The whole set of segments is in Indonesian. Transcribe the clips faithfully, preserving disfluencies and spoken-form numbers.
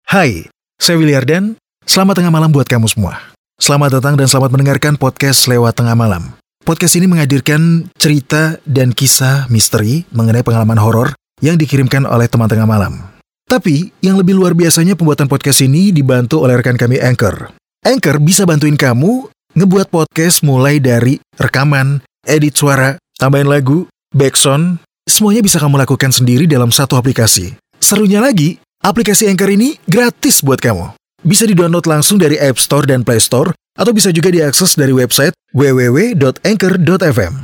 Hai, saya Willy Ardan. Selamat tengah malam buat kamu semua. Selamat datang dan selamat mendengarkan podcast Lewat Tengah Malam. Podcast ini menghadirkan cerita dan kisah misteri mengenai pengalaman horor yang dikirimkan oleh teman tengah malam. Tapi, yang lebih luar biasanya pembuatan podcast ini dibantu oleh rekan kami Anchor. Anchor bisa bantuin kamu ngebuat podcast mulai dari rekaman, edit suara, tambahin lagu, backsound, semuanya bisa kamu lakukan sendiri dalam satu aplikasi. Serunya lagi, aplikasi Anchor ini gratis buat kamu. Bisa di-download langsung dari App Store dan Play Store, atau bisa juga diakses dari website w w w dot anchor dot f m.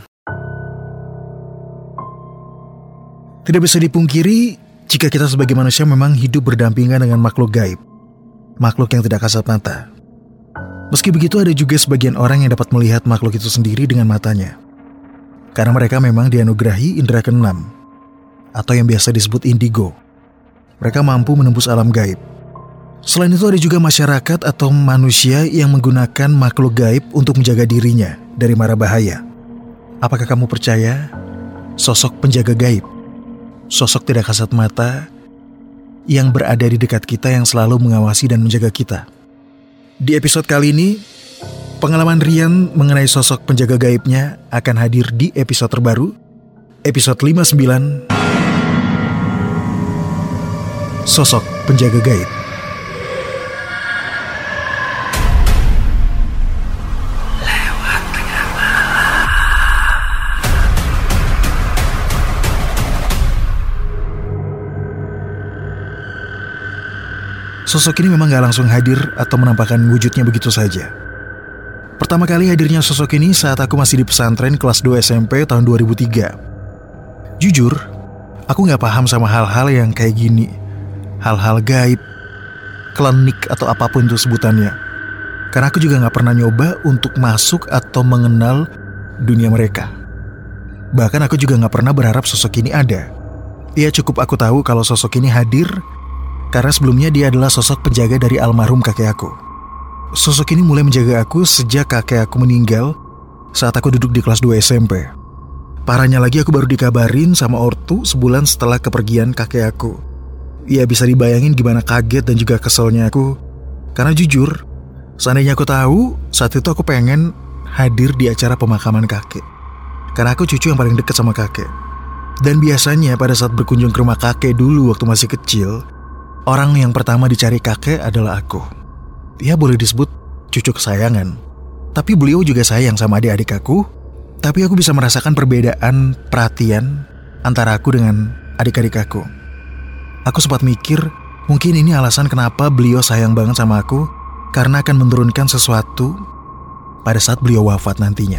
Tidak bisa dipungkiri, jika kita sebagai manusia memang hidup berdampingan dengan makhluk gaib. Makhluk yang tidak kasat mata. Meski begitu, ada juga sebagian orang yang dapat melihat makhluk itu sendiri dengan matanya. Karena mereka memang dianugerahi indera keenam, atau yang biasa disebut indigo. Mereka mampu menembus alam gaib. Selain itu ada juga masyarakat atau manusia yang menggunakan makhluk gaib untuk menjaga dirinya dari mara bahaya. Apakah kamu percaya sosok penjaga gaib? Sosok tidak kasat mata yang berada di dekat kita yang selalu mengawasi dan menjaga kita. Di episode kali ini, pengalaman Rian mengenai sosok penjaga gaibnya akan hadir di episode terbaru, episode lima puluh sembilan, Sosok Penjaga Gaib. Sosok ini memang gak langsung hadir atau menampakkan wujudnya begitu saja. Pertama kali hadirnya sosok ini saat aku masih di pesantren kelas dua S M P tahun dua ribu tiga. Jujur, aku gak paham sama hal-hal yang kayak gini. Hal-hal gaib, klinik atau apapun itu sebutannya. Karena aku juga gak pernah nyoba untuk masuk atau mengenal dunia mereka. Bahkan aku juga gak pernah berharap sosok ini ada. Ya cukup aku tahu kalau sosok ini hadir karena sebelumnya dia adalah sosok penjaga dari almarhum kakek aku. Sosok ini mulai menjaga aku sejak kakek aku meninggal saat aku duduk di kelas dua S M P. Parahnya lagi aku baru dikabarin sama ortu sebulan setelah kepergian kakek aku. Ya bisa dibayangin gimana kaget dan juga keselnya aku. Karena jujur, seandainya aku tahu, saat itu aku pengen hadir di acara pemakaman kakek. Karena aku cucu yang paling dekat sama kakek. Dan biasanya pada saat berkunjung ke rumah kakek dulu waktu masih kecil, orang yang pertama dicari kakek adalah aku. Ya boleh disebut cucu kesayangan. Tapi beliau juga sayang sama adik-adik aku. Tapi aku bisa merasakan perbedaan perhatian antara aku dengan adik-adik aku. Aku sempat mikir, mungkin ini alasan kenapa beliau sayang banget sama aku, karena akan menurunkan sesuatu pada saat beliau wafat nantinya.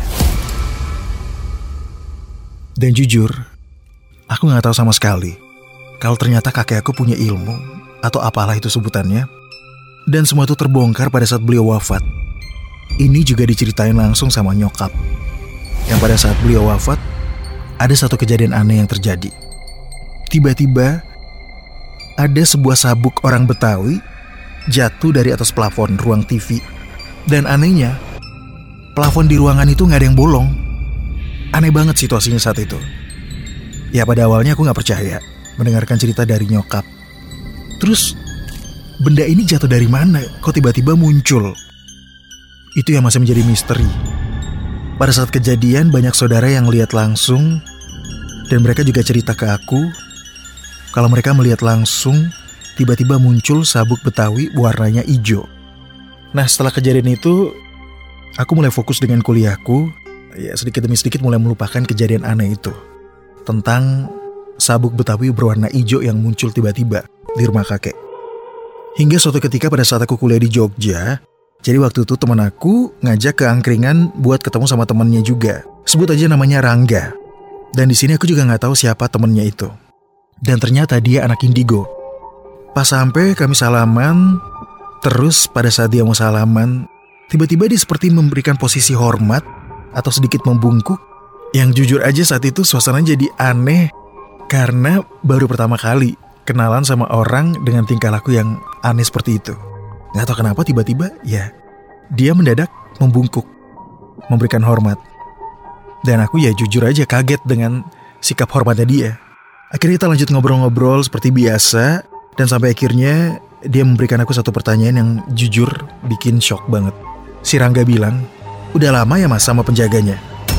Dan jujur, aku gak tahu sama sekali kalau ternyata kakek aku punya ilmu atau apalah itu sebutannya. Dan semua itu terbongkar pada saat beliau wafat. Ini juga diceritain langsung sama nyokap. Yang pada saat beliau wafat, ada satu kejadian aneh yang terjadi. Tiba-tiba, ada sebuah sabuk orang Betawi jatuh dari atas plafon ruang T V. Dan anehnya, plafon di ruangan itu gak ada yang bolong. Aneh banget situasinya saat itu. Ya pada awalnya aku gak percaya mendengarkan cerita dari nyokap. Terus, benda ini jatuh dari mana? Kok tiba-tiba muncul? Itu yang masih menjadi misteri. Pada saat kejadian, banyak saudara yang lihat langsung. Dan mereka juga cerita ke aku kalau mereka melihat langsung, tiba-tiba muncul sabuk Betawi warnanya hijau. Nah setelah kejadian itu, aku mulai fokus dengan kuliahku. Ya sedikit demi sedikit mulai melupakan kejadian aneh itu. Tentang sabuk Betawi berwarna hijau yang muncul tiba-tiba di rumah kakek. Hingga suatu ketika pada saat aku kuliah di Jogja, jadi waktu itu teman aku ngajak ke angkringan buat ketemu sama temannya juga. Sebut aja namanya Rangga. Dan di sini aku juga nggak tahu siapa temannya itu. Dan ternyata dia anak indigo. Pas sampai kami salaman, terus pada saat dia mau salaman, tiba-tiba dia seperti memberikan posisi hormat atau sedikit membungkuk. Yang jujur aja saat itu suasana jadi aneh karena baru pertama kali kenalan sama orang dengan tingkah laku yang aneh seperti itu. Gak tahu kenapa tiba-tiba ya dia mendadak membungkuk, memberikan hormat. Dan aku ya jujur aja kaget dengan sikap hormatnya dia. Akhirnya kita lanjut ngobrol-ngobrol seperti biasa. Dan sampai akhirnya dia memberikan aku satu pertanyaan yang jujur bikin shock banget. Si Rangga bilang, udah lama ya mas sama penjaganya?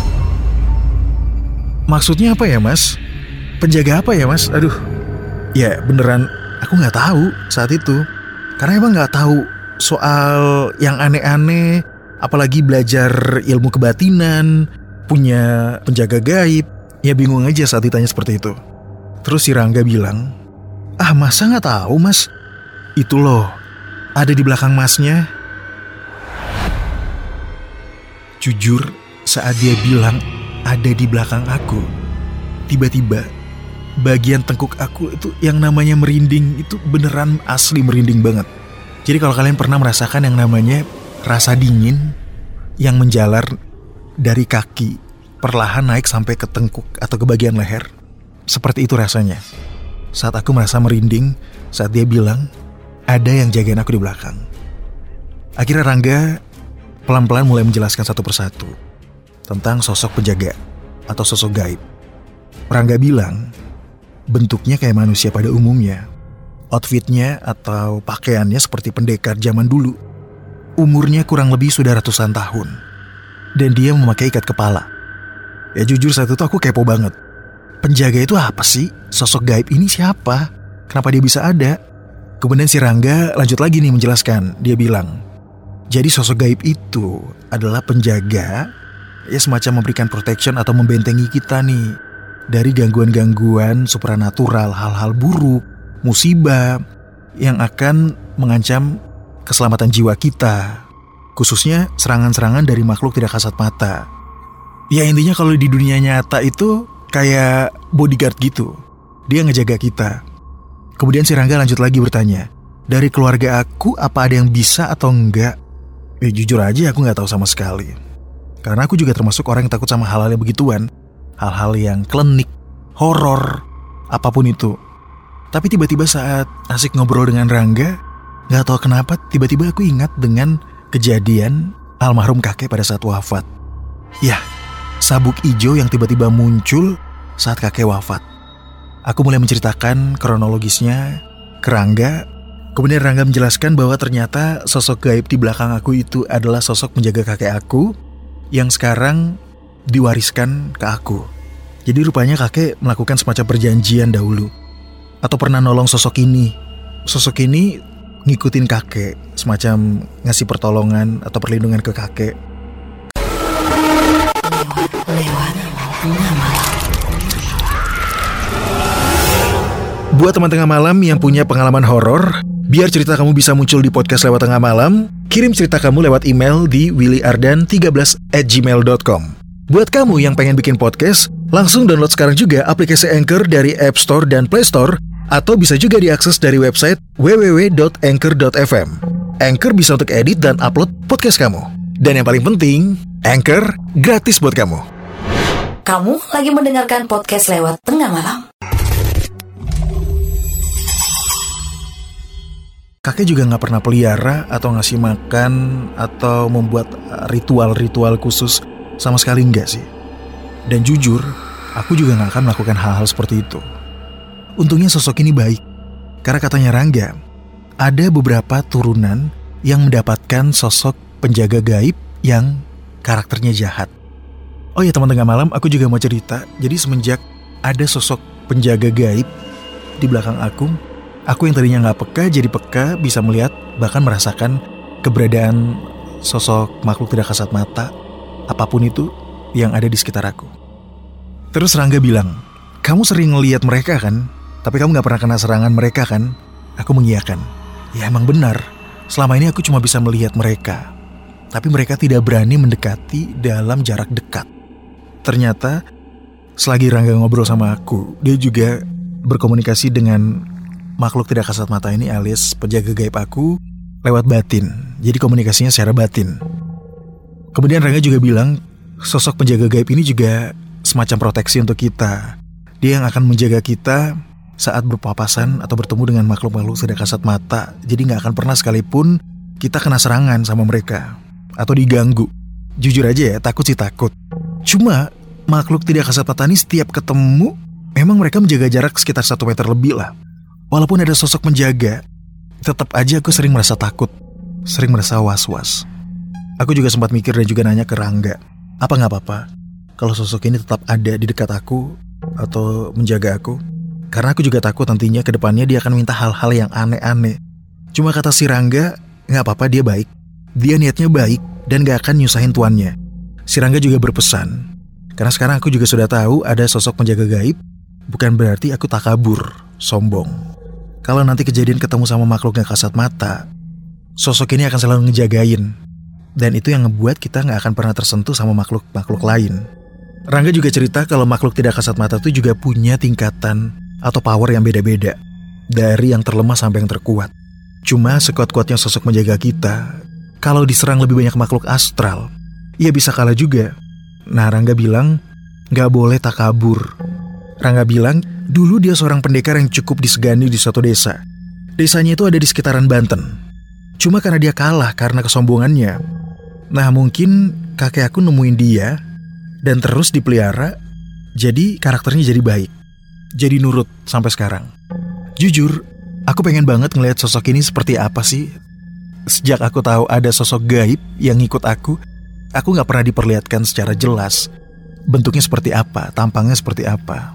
Maksudnya apa ya mas? Penjaga apa ya mas? Aduh, ya beneran aku gak tahu saat itu. Karena emang gak tahu soal yang aneh-aneh, apalagi belajar ilmu kebatinan, punya penjaga gaib. Ya bingung aja saat ditanya seperti itu. Terus si Rangga bilang, ah masa gak tahu mas? Itu loh, ada di belakang masnya. Jujur, saat dia bilang ada di belakang aku, tiba-tiba bagian tengkuk aku itu yang namanya merinding, itu beneran asli merinding banget. Jadi kalau kalian pernah merasakan yang namanya rasa dingin yang menjalar dari kaki perlahan naik sampai ke tengkuk atau ke bagian leher, seperti itu rasanya saat aku merasa merinding saat dia bilang ada yang jagain aku di belakang. Akhirnya Rangga pelan-pelan mulai menjelaskan satu persatu tentang sosok penjaga atau sosok gaib. Rangga bilang bentuknya kayak manusia pada umumnya. Outfitnya atau pakaiannya seperti pendekar zaman dulu. Umurnya kurang lebih sudah ratusan tahun. Dan dia memakai ikat kepala. Ya jujur saat itu aku kepo banget. Penjaga itu apa sih? Sosok gaib ini siapa? Kenapa dia bisa ada? Kemudian si Rangga lanjut lagi nih menjelaskan. Dia bilang, jadi sosok gaib itu adalah penjaga, ya semacam memberikan protection atau membentengi kita nih dari gangguan-gangguan supranatural, hal-hal buruk, musibah yang akan mengancam keselamatan jiwa kita, khususnya serangan-serangan dari makhluk tidak kasat mata. Ya intinya kalau di dunia nyata itu kayak bodyguard gitu, dia ngejaga kita. Kemudian si Rangga lanjut lagi bertanya, dari keluarga aku apa ada yang bisa atau enggak? Ya jujur aja aku gak tahu sama sekali. Karena aku juga termasuk orang yang takut sama hal-hal yang begituan. Hal-hal yang klinik, horor, apapun itu. Tapi tiba-tiba saat asik ngobrol dengan Rangga, gak tahu kenapa tiba-tiba aku ingat dengan kejadian almarhum kakek pada saat wafat. Ya, sabuk ijo yang tiba-tiba muncul saat kakek wafat. Aku mulai menceritakan kronologisnya ke Rangga. Kemudian Rangga menjelaskan bahwa ternyata sosok gaib di belakang aku itu adalah sosok penjaga kakek aku yang sekarang diwariskan ke aku. Jadi rupanya kakek melakukan semacam perjanjian dahulu, atau pernah nolong sosok ini. Sosok ini ngikutin kakek, semacam ngasih pertolongan atau perlindungan ke kakek. Lewat, lewat, buat teman tengah malam yang punya pengalaman horor, biar cerita kamu bisa muncul di podcast Lewat Tengah Malam, kirim cerita kamu lewat email di willy ardan tiga belas at gmail dot com. Buat kamu yang pengen bikin podcast, langsung download sekarang juga aplikasi Anchor dari App Store dan Play Store, atau bisa juga diakses dari website w w w dot anchor dot f m. Anchor bisa untuk edit dan upload podcast kamu. Dan yang paling penting, Anchor gratis buat kamu. Kamu lagi mendengarkan podcast Lewat Tengah Malam. Kakek juga gak pernah pelihara atau ngasih makan atau membuat ritual-ritual khusus, sama sekali enggak sih. Dan jujur, aku juga gak akan melakukan hal-hal seperti itu. Untungnya sosok ini baik, karena katanya Rangga, ada beberapa turunan yang mendapatkan sosok penjaga gaib yang karakternya jahat. Oh ya teman tengah malam, aku juga mau cerita. Jadi semenjak ada sosok penjaga gaib di belakang aku, aku yang tadinya gak peka jadi peka, bisa melihat bahkan merasakan keberadaan sosok makhluk tidak kasat mata, apapun itu yang ada di sekitar aku. Terus Rangga bilang, kamu sering ngelihat mereka kan? Tapi kamu gak pernah kena serangan mereka kan? Aku mengiyakan. Ya emang benar, selama ini aku cuma bisa melihat mereka, tapi mereka tidak berani mendekati dalam jarak dekat. Ternyata selagi Rangga ngobrol sama aku, dia juga berkomunikasi dengan makhluk tidak kasat mata ini alias penjaga gaib aku lewat batin. Jadi komunikasinya secara batin. Kemudian Rangga juga bilang sosok penjaga gaib ini juga semacam proteksi untuk kita. Dia yang akan menjaga kita saat berpapasan atau bertemu dengan makhluk-makhluk tidak kasat mata. Jadi gak akan pernah sekalipun kita kena serangan sama mereka atau diganggu. Jujur aja ya, takut sih takut. Cuma makhluk tidak kasat mata ini setiap ketemu memang mereka menjaga jarak sekitar satu meter lebih lah. Walaupun ada sosok menjaga, tetap aja aku sering merasa takut, sering merasa was-was. Aku juga sempat mikir dan juga nanya ke Rangga, apa gak apa-apa kalau sosok ini tetap ada di dekat aku atau menjaga aku? Karena aku juga takut nantinya ke depannya dia akan minta hal-hal yang aneh-aneh. Cuma kata si Rangga, gak apa-apa, dia baik. Dia niatnya baik dan gak akan nyusahin tuannya. Si Rangga juga berpesan, karena sekarang aku juga sudah tahu ada sosok penjaga gaib, bukan berarti aku takabur, sombong. Kalau nanti kejadian ketemu sama makhluk yang kasat mata, sosok ini akan selalu ngejagain. Dan itu yang ngebuat kita gak akan pernah tersentuh sama makhluk-makhluk lain. Rangga juga cerita kalau makhluk tidak kasat mata itu juga punya tingkatan atau power yang beda-beda, dari yang terlemah sampai yang terkuat. Cuma sekuat-kuatnya sosok menjaga kita, kalau diserang lebih banyak makhluk astral, ia bisa kalah juga. Nah, Rangga bilang gak boleh takabur. Rangga bilang dulu dia seorang pendekar yang cukup disegani di suatu desa. Desanya itu ada di sekitaran Banten. Cuma karena dia kalah karena kesombongannya. Nah, mungkin kakek aku nemuin dia dan terus dipelihara, jadi karakternya jadi baik, jadi nurut sampai sekarang. Jujur, aku pengen banget ngelihat sosok ini seperti apa sih. Sejak aku tahu ada sosok gaib yang ngikut aku, aku gak pernah diperlihatkan secara jelas bentuknya seperti apa, tampangnya seperti apa.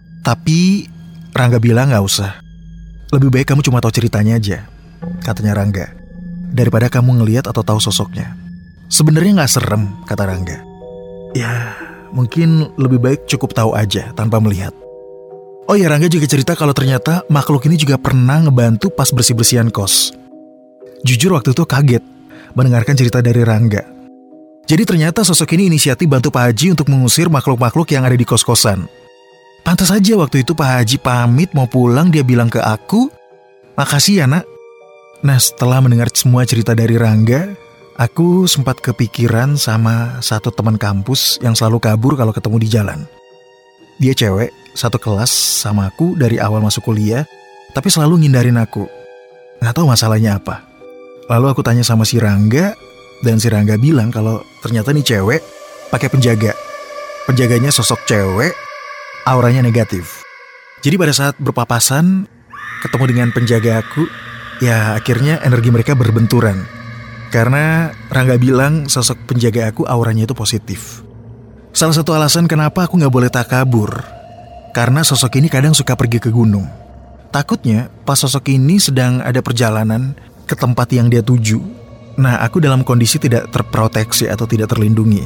Tapi Rangga bilang gak usah, lebih baik kamu cuma tahu ceritanya aja, katanya Rangga, daripada kamu ngelihat atau tahu sosoknya. Sebenarnya gak serem, kata Rangga. Ya, mungkin lebih baik cukup tahu aja tanpa melihat. Oh ya, Rangga juga cerita kalau ternyata makhluk ini juga pernah ngebantu pas bersih-bersihan kos. Jujur waktu itu kaget mendengarkan cerita dari Rangga. Jadi ternyata sosok ini inisiatif bantu Pak Haji untuk mengusir makhluk-makhluk yang ada di kos-kosan. Pantas aja waktu itu Pak Haji pamit mau pulang, dia bilang ke aku, makasih ya nak. Nah, setelah mendengar semua cerita dari Rangga, aku sempat kepikiran sama satu teman kampus yang selalu kabur kalau ketemu di jalan. Dia cewek, satu kelas sama aku dari awal masuk kuliah, tapi selalu ngindarin aku. Gak tahu masalahnya apa. Lalu aku tanya sama si Rangga, dan si Rangga bilang kalau ternyata nih cewek pakai penjaga. Penjaganya sosok cewek, auranya negatif. Jadi pada saat berpapasan, ketemu dengan penjaga aku, ya akhirnya energi mereka berbenturan. Karena Rangga bilang sosok penjaga aku auranya itu positif. Salah satu alasan kenapa aku gak boleh takabur, karena sosok ini kadang suka pergi ke gunung. Takutnya pas sosok ini sedang ada perjalanan ke tempat yang dia tuju, nah aku dalam kondisi tidak terproteksi atau tidak terlindungi.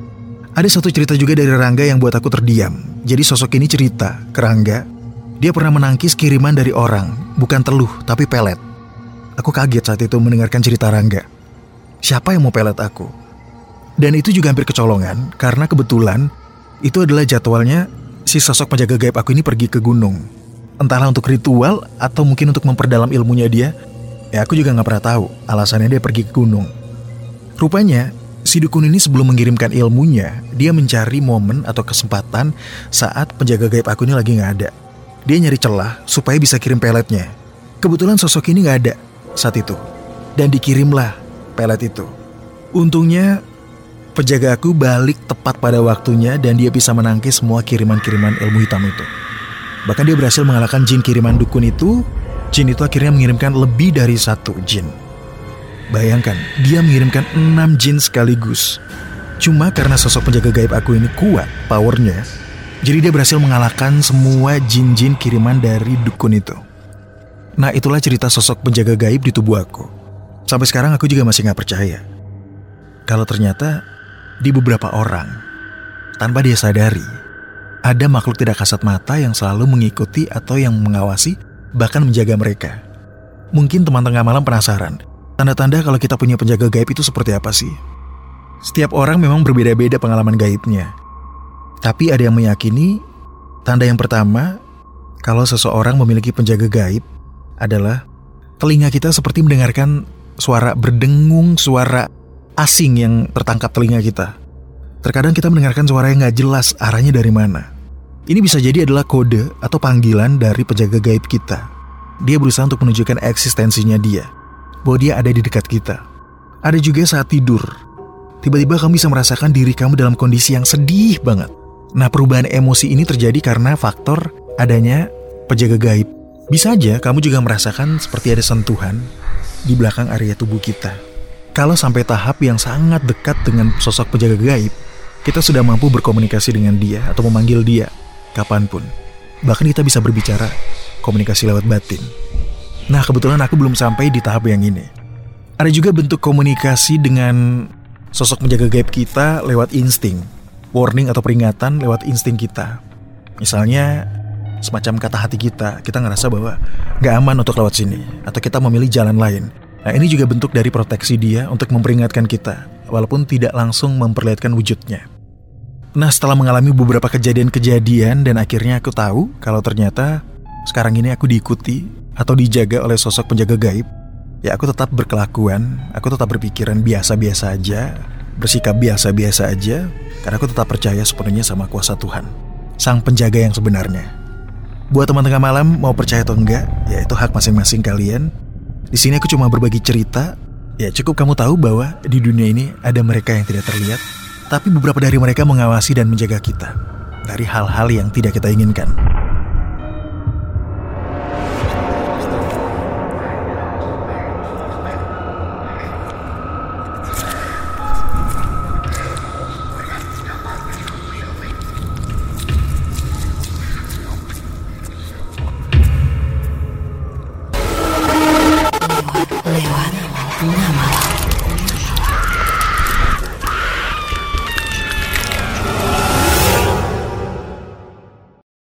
Ada satu cerita juga dari Rangga yang buat aku terdiam. Jadi sosok ini cerita ke Rangga, dia pernah menangkis kiriman dari orang, bukan teluh tapi pelet. Aku kaget saat itu mendengarkan cerita Rangga. Siapa yang mau pelet aku? Dan itu juga hampir kecolongan, karena kebetulan itu adalah jadwalnya si sosok penjaga gaib aku ini pergi ke gunung. Entahlah untuk ritual atau mungkin untuk memperdalam ilmunya dia. Ya aku juga gak pernah tahu alasannya dia pergi ke gunung. Rupanya si dukun ini sebelum mengirimkan ilmunya, dia mencari momen atau kesempatan saat penjaga gaib aku ini lagi gak ada. Dia nyari celah supaya bisa kirim peletnya. Kebetulan sosok ini gak ada saat itu, dan dikirimlah pelet itu. Untungnya penjaga aku balik tepat pada waktunya dan dia bisa menangkis semua kiriman-kiriman ilmu hitam itu. Bahkan dia berhasil mengalahkan jin kiriman dukun itu. Jin itu akhirnya mengirimkan lebih dari satu jin. Bayangkan, dia mengirimkan enam jin sekaligus. Cuma karena sosok penjaga gaib aku ini kuat powernya, jadi dia berhasil mengalahkan semua jin-jin kiriman dari dukun itu. Nah, itulah cerita sosok penjaga gaib di tubuh aku. Sampai sekarang aku juga masih gak percaya kalau ternyata di beberapa orang, tanpa dia sadari, ada makhluk tidak kasat mata yang selalu mengikuti atau yang mengawasi, bahkan menjaga mereka. Mungkin teman tengah malam penasaran, tanda-tanda kalau kita punya penjaga gaib itu seperti apa sih? Setiap orang memang berbeda-beda pengalaman gaibnya. Tapi ada yang meyakini, tanda yang pertama, kalau seseorang memiliki penjaga gaib adalah telinga kita seperti mendengarkan suara berdengung, suara asing yang tertangkap telinga kita. Terkadang kita mendengarkan suara yang gak jelas arahnya dari mana. Ini bisa jadi adalah kode atau panggilan dari penjaga gaib kita. Dia berusaha untuk menunjukkan eksistensinya dia, bahwa dia ada di dekat kita. Ada juga saat tidur, tiba-tiba kamu bisa merasakan diri kamu dalam kondisi yang sedih banget. Nah, perubahan emosi ini terjadi karena faktor adanya penjaga gaib Bisa aja kamu juga merasakan seperti ada sentuhan di belakang area tubuh kita. Kalau sampai tahap yang sangat dekat dengan sosok penjaga gaib, kita sudah mampu berkomunikasi dengan dia atau memanggil dia kapanpun. Bahkan kita bisa berbicara komunikasi lewat batin. Nah, kebetulan aku belum sampai di tahap yang ini. Ada juga bentuk komunikasi dengan sosok penjaga gaib kita lewat insting, warning atau peringatan lewat insting kita. Misalnya semacam kata hati kita, kita ngerasa bahwa gak aman untuk lewat sini, atau kita memilih jalan lain. Nah, ini juga bentuk dari proteksi dia untuk memperingatkan kita, walaupun tidak langsung memperlihatkan wujudnya. Nah, setelah mengalami beberapa kejadian-kejadian dan akhirnya aku tahu kalau ternyata sekarang ini aku diikuti atau dijaga oleh sosok penjaga gaib, ya aku tetap berkelakuan, aku tetap berpikiran biasa-biasa aja, bersikap biasa-biasa aja, karena aku tetap percaya sepenuhnya sama kuasa Tuhan, sang penjaga yang sebenarnya. Buat teman tengah malam, mau percaya atau enggak, ya itu hak masing-masing kalian. Di sini aku cuma berbagi cerita. Ya cukup kamu tahu bahwa di dunia ini ada mereka yang tidak terlihat, tapi beberapa dari mereka mengawasi dan menjaga kita dari hal-hal yang tidak kita inginkan.